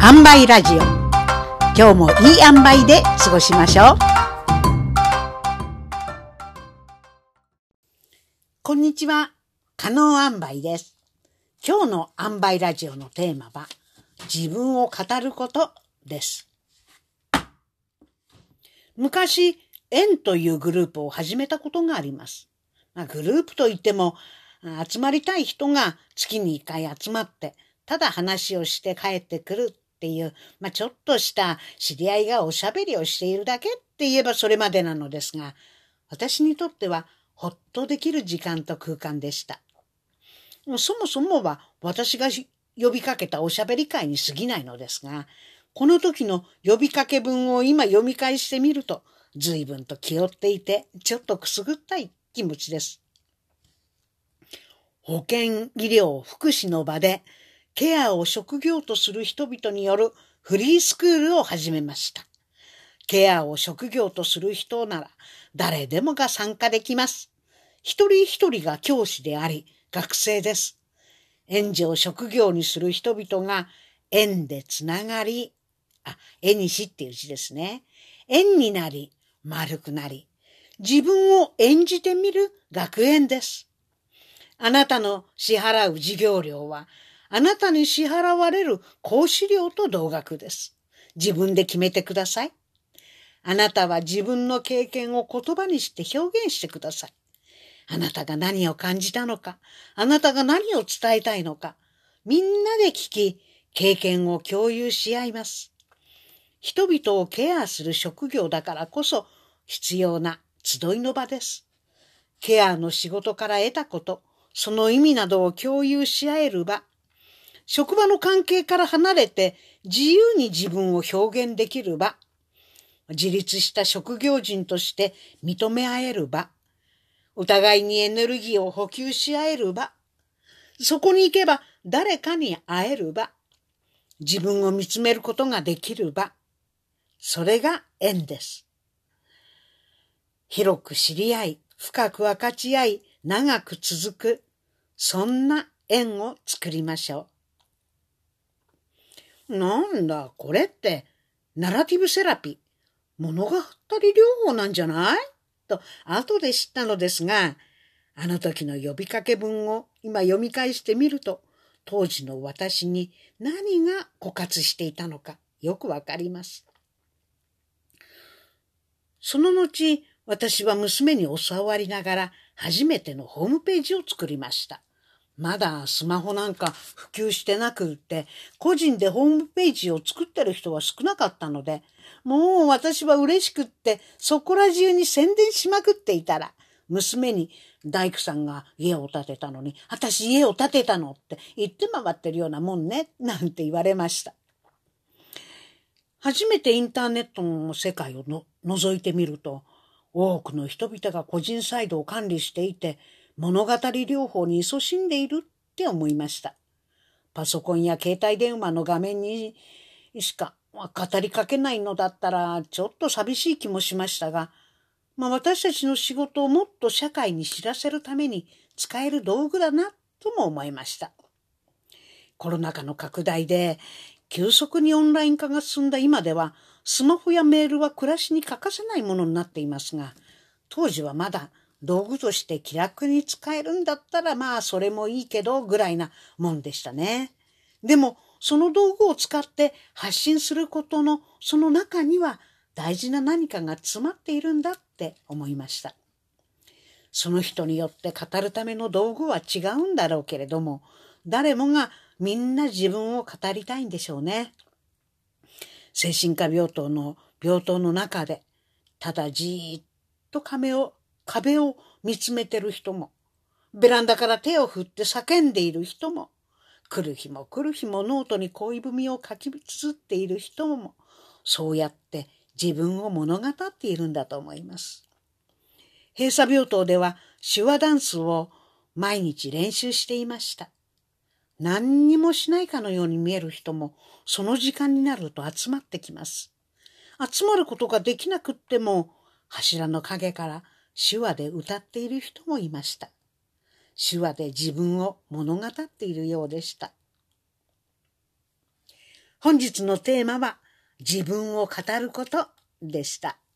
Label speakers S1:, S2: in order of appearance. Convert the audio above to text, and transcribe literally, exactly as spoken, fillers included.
S1: 塩梅ラジオ。今日もいい塩梅で過ごしましょう。こんにちは、加納塩梅です。今日の塩梅ラジオのテーマは自分を語ることです。昔、縁というグループを始めたことがあります。まあ、グループといっても集まりたい人が月にいっかい集まってただ話をして帰ってくるっていう、まあ、ちょっとした知り合いがおしゃべりをしているだけって言えばそれまでなのですが、私にとってはほっとできる時間と空間でした。そもそもは私が呼びかけたおしゃべり会に過ぎないのですが、この時の呼びかけ文を今読み返してみると随分と気負っていてちょっとくすぐったい気持ちです。保健、医療、福祉の場でケアを職業とする人々によるフリースクールを始めました。ケアを職業とする人なら誰でもが参加できます。一人一人が教師であり学生です。園児を職業にする人々が縁でつながり、あ、縁にしっていう字ですね。縁になり、丸くなり、自分を演じてみる学園です。あなたの支払う授業料は、あなたに支払われる講師料と同額です。自分で決めてください。あなたは自分の経験を言葉にして表現してください。あなたが何を感じたのか、あなたが何を伝えたいのか、みんなで聞き、経験を共有し合います。人々をケアする職業だからこそ必要な集いの場です。ケアの仕事から得たこと、その意味などを共有し合える場。職場の関係から離れて自由に自分を表現できる場。自立した職業人として認め合える場。お互いにエネルギーを補給し合える場。そこに行けば誰かに会える場。自分を見つめることができる場。それが縁です。広く知り合い、深く分かち合い、長く続く、そんな縁を作りましょう。なんだ、これって、ナラティブセラピー、物語療法なんじゃないと、後で知ったのですが、あの時の呼びかけ文を今読み返してみると、当時の私に何が枯渇していたのかよくわかります。その後、私は娘に教わりながら初めてのホームページを作りました。まだスマホなんか普及してなくって、個人でホームページを作ってる人は少なかったので、もう私は嬉しくってそこら中に宣伝しまくっていたら、娘に大工さんが家を建てたのに、私家を建てたのって言って回ってるようなもんね、なんて言われました。初めてインターネットの世界をの覗いてみると、多くの人々が個人サイトを管理していて、物語療法に勤しんでいるって思いました。パソコンや携帯電話の画面にしか語りかけないのだったらちょっと寂しい気もしましたが、まあ、私たちの仕事をもっと社会に知らせるために使える道具だなとも思いました。コロナ禍の拡大で急速にオンライン化が進んだ今では、スマホやメールは暮らしに欠かせないものになっていますが、当時はまだ道具として気楽に使えるんだったらまあそれもいいけどぐらいなもんでしたね。でもその道具を使って発信することのその中には大事な何かが詰まっているんだって思いました。その人によって語るための道具は違うんだろうけれども、誰もがみんな自分を語りたいんでしょうね。精神科病棟の病棟の中でただじーっと壁を壁を見つめてる人も、ベランダから手を振って叫んでいる人も、来る日も来る日もノートに恋文を書き綴っている人も、そうやって自分を物語っているんだと思います。閉鎖病棟では手話ダンスを毎日練習していました。何にもしないかのように見える人も、その時間になると集まってきます。集まることができなくっても、柱の陰から手話で歌っている人もいました。手話で自分を物語っているようでした。 本日のテーマは自分を語ることでした。